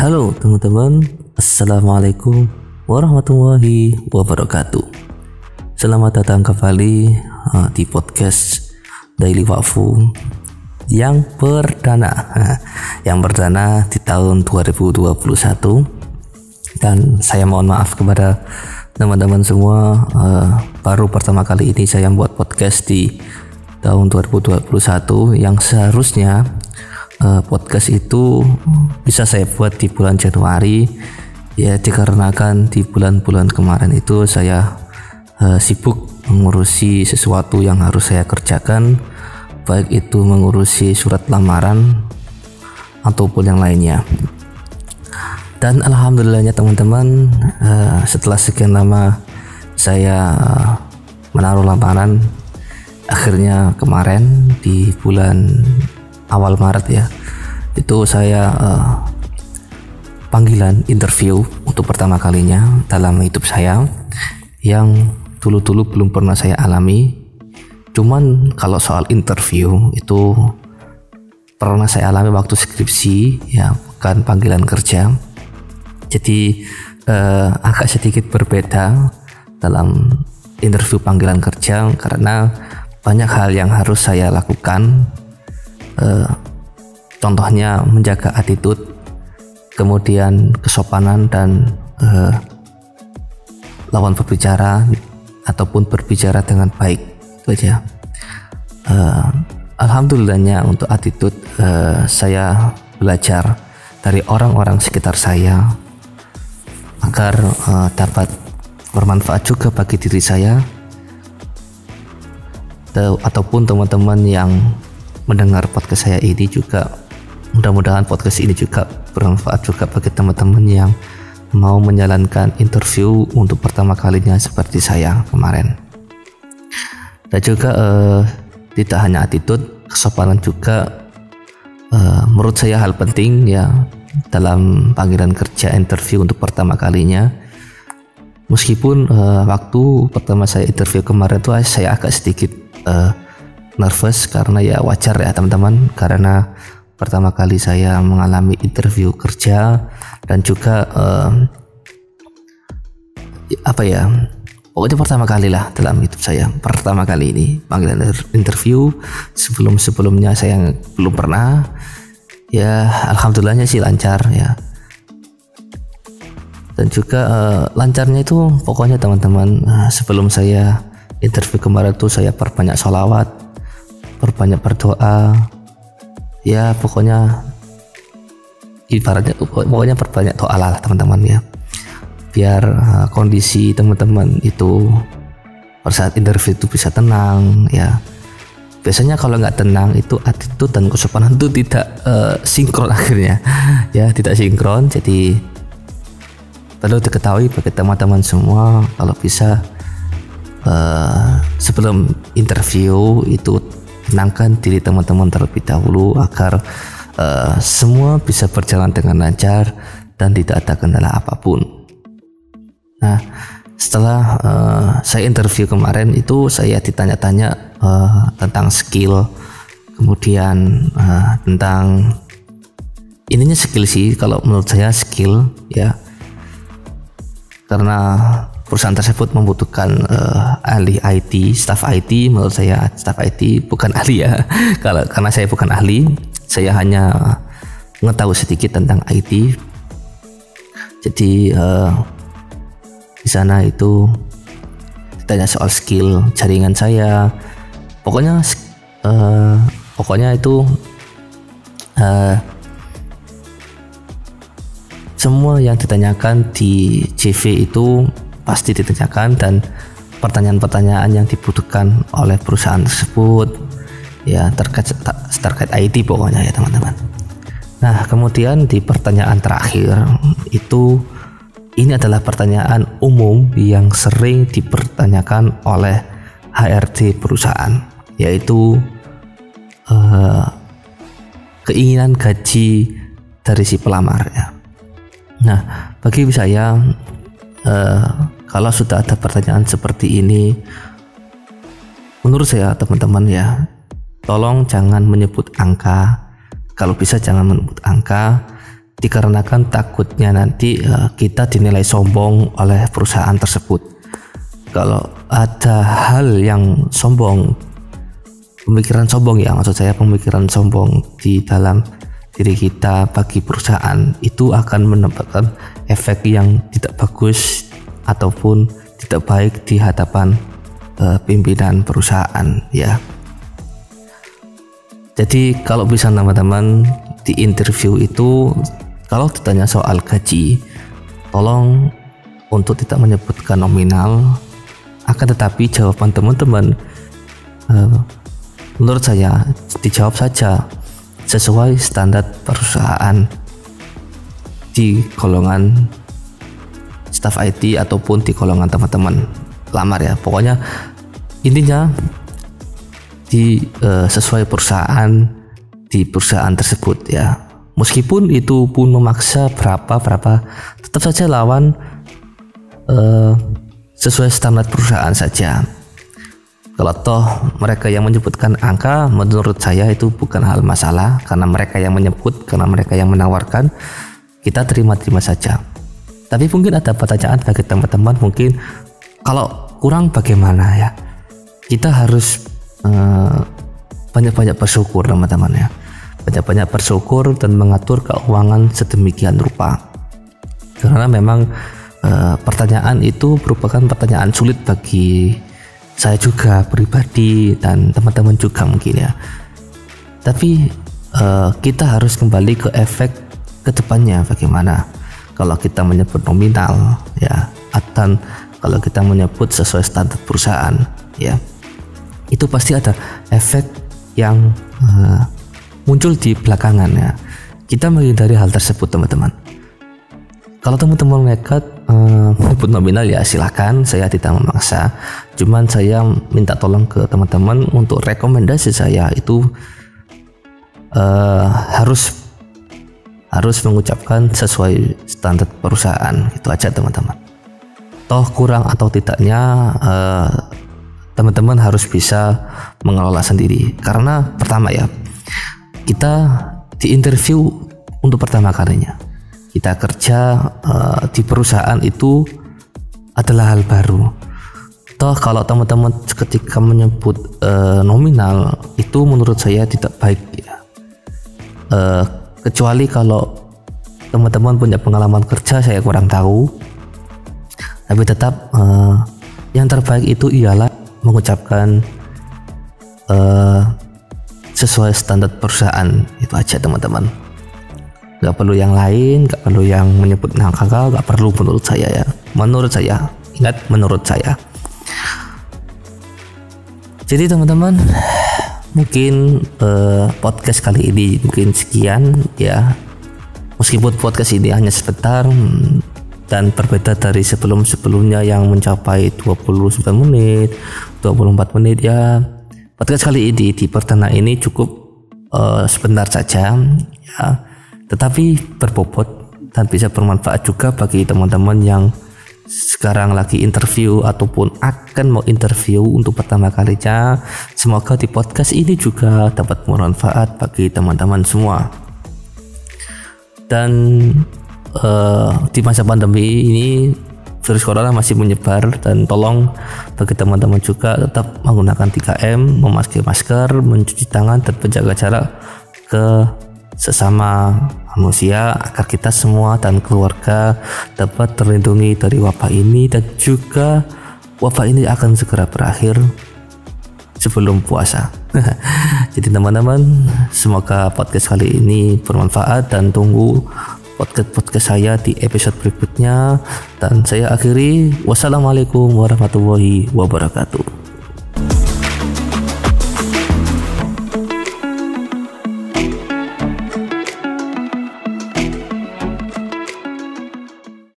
Halo teman-teman, Assalamualaikum warahmatullahi wabarakatuh. Selamat datang kembali di podcast Daily Wakfu yang perdana di tahun 2021. Dan saya mohon maaf kepada teman-teman semua, baru pertama kali ini saya buat podcast di tahun 2021 yang seharusnya podcast itu bisa saya buat di bulan Januari, ya dikarenakan di bulan-bulan kemarin itu saya sibuk mengurusi sesuatu yang harus saya kerjakan, baik itu mengurusi surat lamaran ataupun yang lainnya. Dan alhamdulillahnya teman-teman, setelah sekian lama saya menaruh lamaran, akhirnya kemarin di bulan awal Maret ya, itu saya panggilan interview untuk pertama kalinya dalam hidup saya, yang dulu-dulu belum pernah saya alami. Cuman kalau soal interview itu pernah saya alami waktu skripsi ya, bukan panggilan kerja. Jadi agak sedikit berbeda dalam interview panggilan kerja karena banyak hal yang harus saya lakukan. Contohnya menjaga attitude, kemudian kesopanan dan lawan berbicara ataupun berbicara dengan baik, itu aja. Alhamdulillahnya untuk attitude saya belajar dari orang-orang sekitar saya agar dapat bermanfaat juga bagi diri saya ataupun teman-teman yang mendengar podcast saya ini juga. Mudah-mudahan podcast ini juga bermanfaat juga bagi teman-teman yang mau menjalankan interview untuk pertama kalinya seperti saya kemarin. Dan juga tidak hanya attitude, kesopanan juga menurut saya hal penting ya dalam panggilan kerja interview untuk pertama kalinya. Meskipun waktu pertama saya interview kemarin itu saya agak sedikit nervous, karena ya wajar ya teman-teman, karena pertama kali saya mengalami interview kerja dan juga pokoknya pertama kali lah dalam hidup saya, pertama kali ini panggilan interview. Sebelumnya saya belum pernah ya, alhamdulillahnya sih lancar ya. Dan juga lancarnya itu pokoknya teman-teman, sebelum saya interview kemarin tuh saya perbanyak sholawat, perbanyak berdoa ya, pokoknya ibaratnya pokoknya perbanyak doa lah teman-teman ya, biar kondisi teman-teman itu pada saat interview itu bisa tenang ya. Biasanya kalau nggak tenang itu attitude dan kesopanan itu tidak sinkron akhirnya ya, tidak sinkron. Jadi perlu diketahui bagi teman-teman semua, kalau bisa sebelum interview itu tenangkan diri teman-teman terlebih dahulu agar semua bisa berjalan dengan lancar dan tidak ada kendala apapun. Nah, setelah saya interview kemarin itu saya ditanya-tanya tentang skill, kemudian tentang ininya skill sih, kalau menurut saya skill ya, karena perusahaan tersebut membutuhkan ahli IT, staff IT. Menurut saya staff IT bukan ahli ya, karena saya bukan ahli, saya hanya mengetahui sedikit tentang IT. Jadi di sana itu ditanya soal skill jaringan saya, pokoknya itu semua yang ditanyakan di CV itu pasti ditanyakan, dan pertanyaan-pertanyaan yang dibutuhkan oleh perusahaan tersebut ya terkait IT pokoknya ya teman-teman. Nah, kemudian di pertanyaan terakhir itu, ini adalah pertanyaan umum yang sering dipertanyakan oleh HRD perusahaan, yaitu keinginan gaji dari si pelamar ya. Nah, bagi saya kalau sudah ada pertanyaan seperti ini, menurut saya teman-teman ya, tolong jangan menyebut angka. Kalau bisa jangan menyebut angka, dikarenakan takutnya nanti kita dinilai sombong oleh perusahaan tersebut. Kalau ada hal yang sombong, pemikiran sombong ya, maksud saya pemikiran sombong di dalam diri kita bagi perusahaan, itu akan mendapatkan efek yang tidak bagus ataupun tidak baik di hadapan pimpinan perusahaan ya. Jadi kalau bisa teman-teman di interview itu, kalau ditanya soal gaji, tolong untuk tidak menyebutkan nominal, akan tetapi jawaban teman-teman menurut saya dijawab saja sesuai standar perusahaan di golongan staff IT ataupun di golongan teman-teman lamar ya. Pokoknya intinya sesuai perusahaan di perusahaan tersebut ya. Meskipun itu pun memaksa berapa, tetap saja lawan sesuai standar perusahaan saja. Kalau toh mereka yang menyebutkan angka, menurut saya itu bukan hal masalah, karena mereka yang menyebut, karena mereka yang menawarkan, kita terima-terima saja. Tapi mungkin ada pertanyaan bagi teman-teman, mungkin kalau kurang bagaimana ya? Kita harus banyak-banyak bersyukur teman-teman ya. Banyak-banyak bersyukur dan mengatur keuangan sedemikian rupa. Karena memang pertanyaan itu merupakan pertanyaan sulit bagi saya juga pribadi dan teman-teman juga mungkin ya. Tapi kita harus kembali ke efek kedepannya bagaimana. Kalau kita menyebut nominal ya, atau kalau kita menyebut sesuai standar perusahaan ya, itu pasti ada efek yang muncul di belakangan ya. Kita menghindari hal tersebut teman-teman. Kalau teman-teman nekat menyebut nominal ya silakan, saya tidak memaksa. Cuman saya minta tolong ke teman-teman untuk rekomendasi saya itu harus mengucapkan sesuai standar perusahaan, itu aja teman-teman. Toh kurang atau tidaknya teman-teman harus bisa mengelola sendiri. Karena pertama ya, kita di interview untuk pertama kalinya. Kita kerja di perusahaan itu adalah hal baru. Toh kalau teman-teman ketika menyebut nominal itu menurut saya tidak baik ya. Kecuali kalau teman-teman punya pengalaman kerja, saya kurang tahu. Tapi tetap yang terbaik itu ialah mengucapkan sesuai standar perusahaan, itu aja teman-teman. Gak perlu yang lain, gak perlu yang menyebut angka, gak perlu menurut saya ya. Menurut saya, ingat menurut saya. Jadi teman-teman, mungkin podcast kali ini mungkin sekian ya. Meskipun podcast ini hanya sebentar dan berbeda dari sebelum-sebelumnya yang mencapai 29 menit, 24 menit ya. Podcast kali ini di perdana ini cukup sebentar saja ya. Tetapi berbobot dan bisa bermanfaat juga bagi teman-teman yang sekarang lagi interview ataupun akan mau interview untuk pertama kalinya. Semoga di podcast ini juga dapat bermanfaat bagi teman-teman semua. Dan di masa pandemi ini virus corona masih menyebar, dan tolong bagi teman-teman juga tetap menggunakan 3M, memakai masker, mencuci tangan, dan menjaga jarak ke sesama manusia agar kita semua dan keluarga dapat terlindungi dari wabah ini, dan juga wabah ini akan segera berakhir sebelum puasa. Jadi teman-teman, semoga podcast kali ini bermanfaat dan tunggu podcast saya di episode berikutnya. Dan saya akhiri, wassalamualaikum warahmatullahi wabarakatuh.